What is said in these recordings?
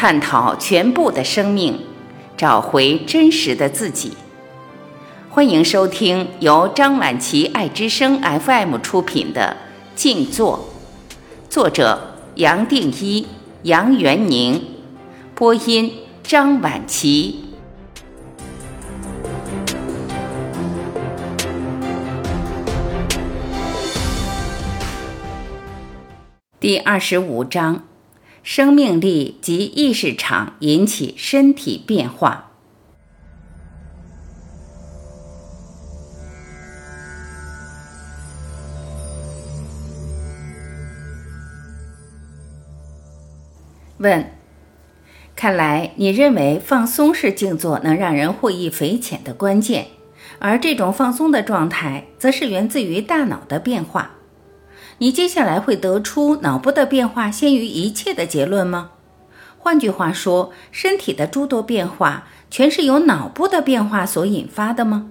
探讨全部的生命，找回真实的自己。欢迎收听由张晚琪爱之声 FM 出品的静坐，作者杨定一、杨元宁，播音张晚琪。第25章，生命力及意识场引起身体变化。问：看来你认为放松式静坐能让人获益匪浅的关键，而这种放松的状态则是源自于大脑的变化。你接下来会得出脑部的变化先于一切的结论吗？换句话说，身体的诸多变化全是由脑部的变化所引发的吗？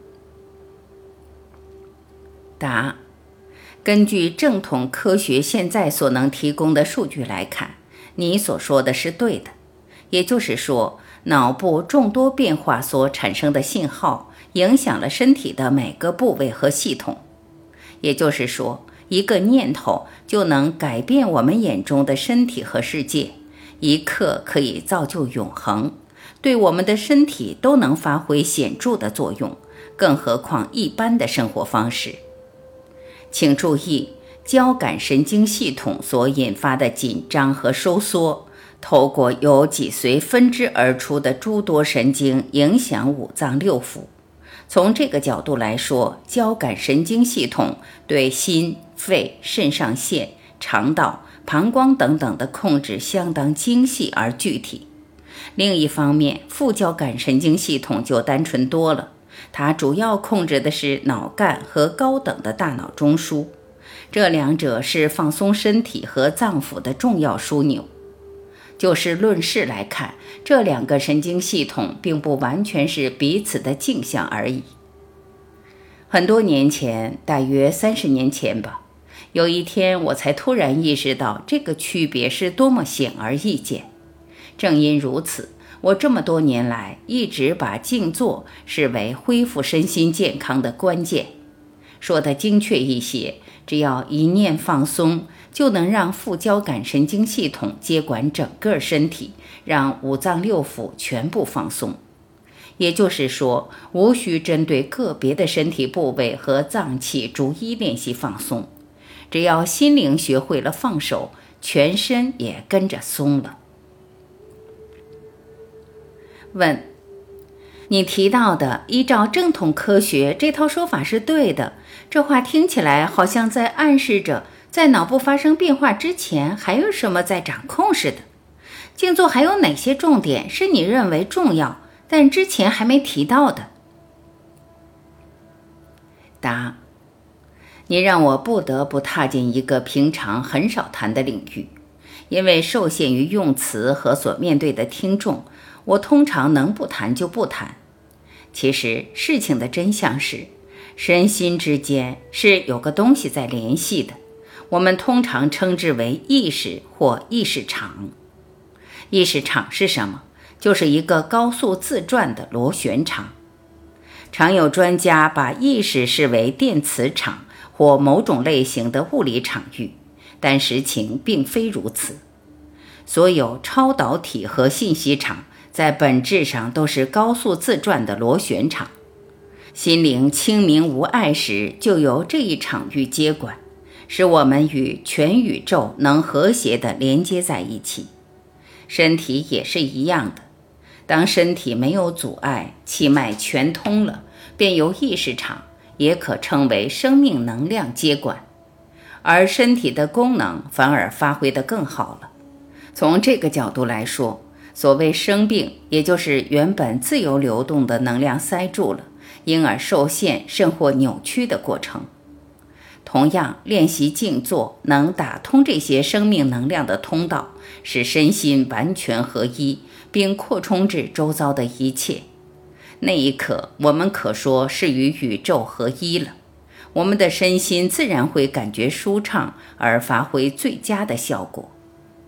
答：根据正统科学现在所能提供的数据来看，你所说的是对的。也就是说，脑部众多变化所产生的信号影响了身体的每个部位和系统。也就是说，一个念头就能改变我们眼中的身体和世界，一刻可以造就永恒，对我们的身体都能发挥显著的作用，更何况一般的生活方式。请注意，交感神经系统所引发的紧张和收缩，透过由脊髓分支而出的诸多神经影响五脏六腑。从这个角度来说，交感神经系统对心、肺、肾上腺、肠道、膀胱等等的控制相当精细而具体。另一方面，副交感神经系统就单纯多了，它主要控制的是脑干和高等的大脑中枢，这两者是放松身体和脏腑的重要枢纽。就事论事来看，这两个神经系统并不完全是彼此的镜像而已。很多年前，大约30年前吧，有一天我才突然意识到这个区别是多么显而易见。正因如此，我这么多年来一直把静坐视为恢复身心健康的关键。说得精确一些，只要一念放松，就能让副交感神经系统接管整个身体，让五脏六腑全部放松。也就是说，无需针对个别的身体部位和脏器逐一练习放松，只要心灵学会了放手，全身也跟着松了。问：你提到的依照正统科学这套说法是对的，这话听起来好像在暗示着在脑部发生变化之前还有什么在掌控似的。静坐还有哪些重点是你认为重要但之前还没提到的？答：你让我不得不踏进一个平常很少谈的领域，因为受限于用词和所面对的听众，我通常能不谈就不谈。其实事情的真相是，身心之间是有个东西在联系的，我们通常称之为意识或意识场。意识场是什么？就是一个高速自转的螺旋场。常有专家把意识视为电磁场或某种类型的物理场域，但实情并非如此。所有超导体和信息场在本质上都是高速自转的螺旋场。心灵清明无碍时，就由这一场域接管，使我们与全宇宙能和谐地连接在一起。身体也是一样的，当身体没有阻碍，气脉全通了，便由意识场，也可称为生命能量接管，而身体的功能反而发挥得更好了。从这个角度来说，所谓生病，也就是原本自由流动的能量塞住了，因而受限甚或扭曲的过程。同样，练习静坐能打通这些生命能量的通道，使身心完全合一，并扩充至周遭的一切。那一刻，我们可说是与宇宙合一了，我们的身心自然会感觉舒畅，而发挥最佳的效果。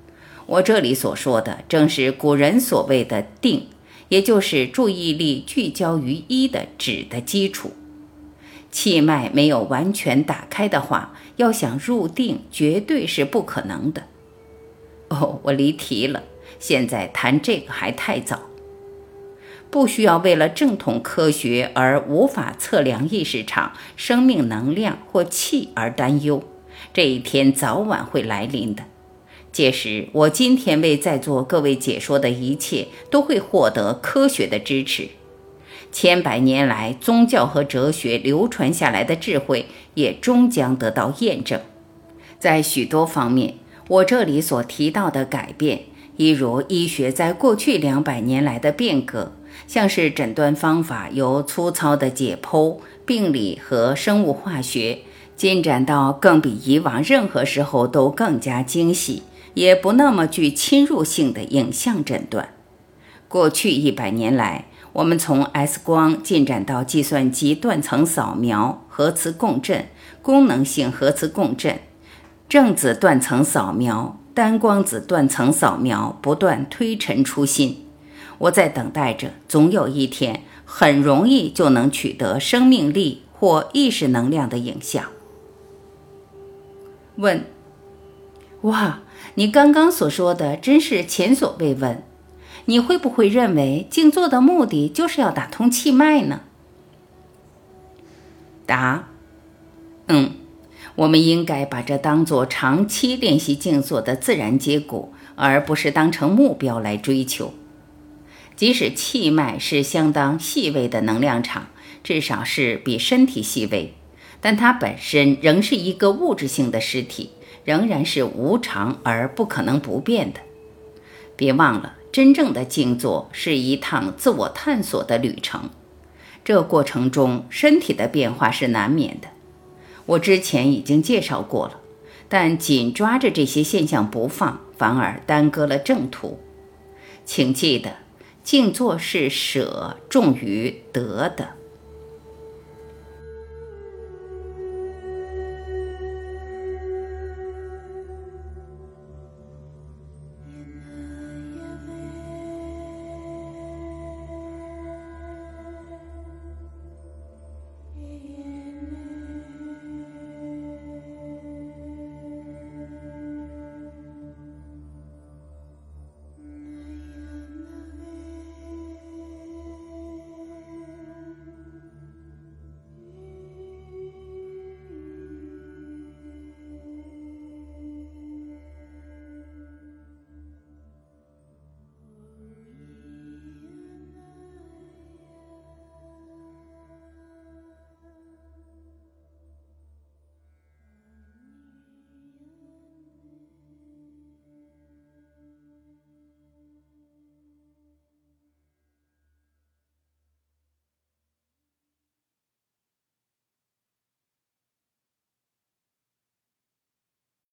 我这里所说的正是古人所谓的定，也就是注意力聚焦于一的止的基础。气脉没有完全打开的话，要想入定绝对是不可能的。我离题了，现在谈这个还太早。不需要为了正统科学而无法测量意识场、生命能量或气而担忧，这一天早晚会来临的。届时，我今天为在座各位解说的一切都会获得科学的支持。千百年来宗教和哲学流传下来的智慧也终将得到验证。在许多方面，我这里所提到的改变，一如医学在过去200年来的变革，像是诊断方法由粗糙的解剖、病理和生物化学，进展到更比以往任何时候都更加精细，也不那么具侵入性的影像诊断。过去100年来，我们从 X 光进展到计算机断层扫描、核磁共振、功能性核磁共振、正子断层扫描、单光子断层扫描，不断推陈出新。我在等待着，总有一天很容易就能取得生命力或意识能量的影像。问：哇，你刚刚所说的真是前所未闻。你会不会认为静坐的目的就是要打通气脉呢？答：我们应该把这当作长期练习静坐的自然结果，而不是当成目标来追求。即使气脉是相当细微的能量场，至少是比身体细微，但它本身仍是一个物质性的实体，仍然是无常而不可能不变的。别忘了，真正的静坐是一趟自我探索的旅程，这过程中身体的变化是难免的。我之前已经介绍过了，但紧抓着这些现象不放，反而耽搁了正途。请记得，静坐是舍重于得的。